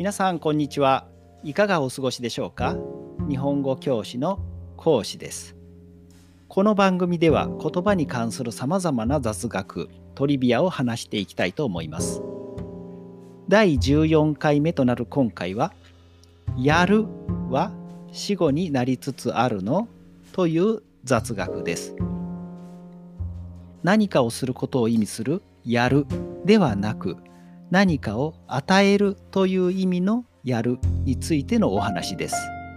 皆さんこんにちは。いかがお過ごしでしょうか？日本語教師の講師です。この番組では言葉に関するさまざまな雑学、トリビアを話していきたいと思います。第14回目となる今回は、やるは死語になりつつあるのという雑学です。何かをすることを意味するやるではなく、何かを与えるという意味のやるについてのお話です。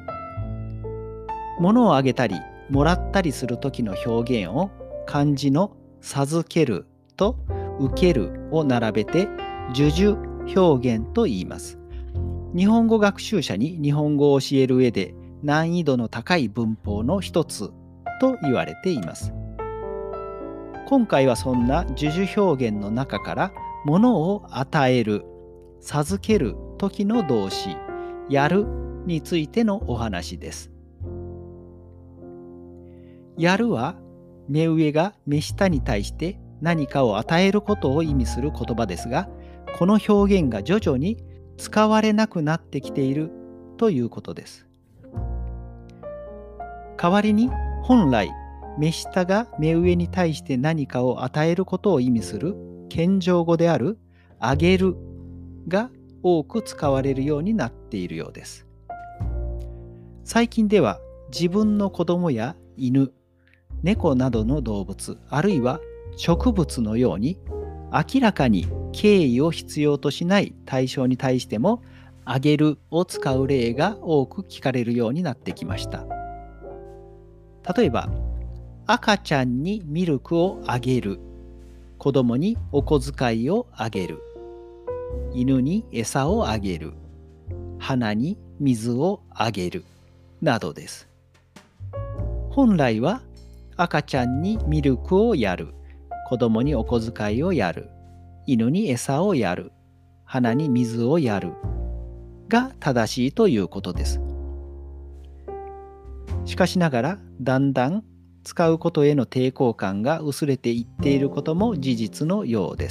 物をあげたりもらったりする時の表現を漢字の授けると受けるを並べて授受表現と言います。日本語学習者に日本語を教える上で難易度の高い文法の一つと言われています。今回はそんな授受表現の中から物を与える、授ける時の動詞、やるについてのお話です。やるは目上が目下に対して何かを与えることを意味する言葉ですが、この表現が徐々に使われなくなってきているということです。代わりに本来目下が目上に対して何かを与えることを意味する謙譲語であるあげるが多く使われるようになっているようです。最近では自分の子供や犬、猫などの動物、あるいは植物のように明らかに敬意を必要としない対象に対してもあげるを使う例が多く聞かれるようになってきました。例えば、赤ちゃんにミルクをあげる、子供にお小遣いをあげる、犬に餌をあげる、花に水をあげるなどです。本来は赤ちゃんにミルクをやる、子供にお小遣いをやる、犬に餌をやる、花に水をやるが正しいということです。しかしながらだんだん使うことへの抵抗感が薄れていっていることも事実のようです。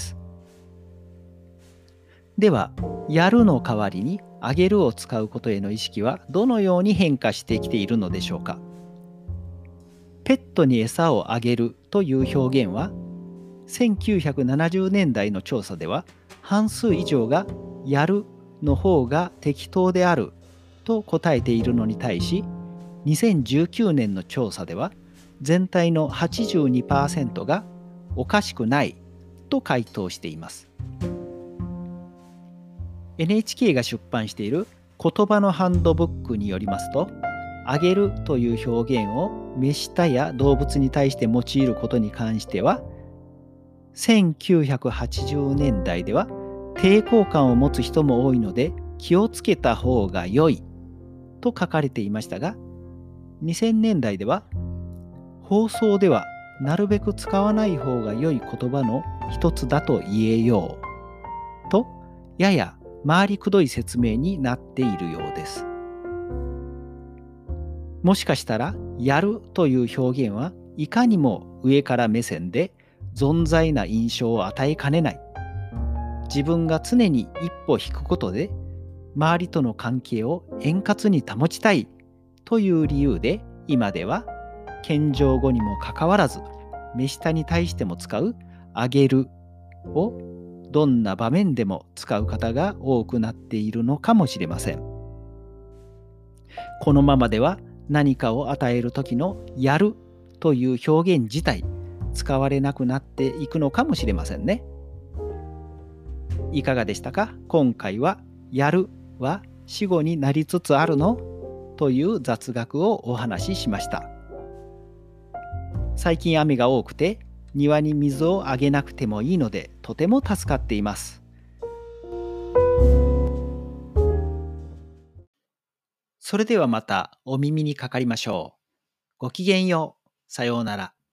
では、やるの代わりにあげるを使うことへの意識はどのように変化してきているのでしょうか。ペットに餌をあげるという表現は、1970年代の調査では半数以上がやるの方が適当であると答えているのに対し、2019年の調査では全体の 82% がおかしくないと回答しています。NHK が出版している言葉のハンドブックによりますと、あげるという表現を目下や動物に対して用いることに関しては、1980年代では抵抗感を持つ人も多いので気をつけた方が良いと書かれていましたが、2000年代では放送ではなるべく使わない方が良い言葉の一つだと言えようと、やや回りくどい説明になっているようです。もしかしたらやるという表現はいかにも上から目線で存在な印象を与えかねない。自分が常に一歩引くことで周りとの関係を円滑に保ちたいという理由で、今では謙譲語にもかかわらず目下に対しても使うあげるをどんな場面でも使う方が多くなっているのかもしれません。このままでは何かを与える時のやるという表現自体使われなくなっていくのかもしれませんね。いかがでしたか？今回はやるは死語になりつつあるのという雑学をお話ししました。最近雨が多くて庭に水をあげなくてもいいのでとても助かっています。それではまたお耳にかかりましょう。ごきげんよう。さようなら。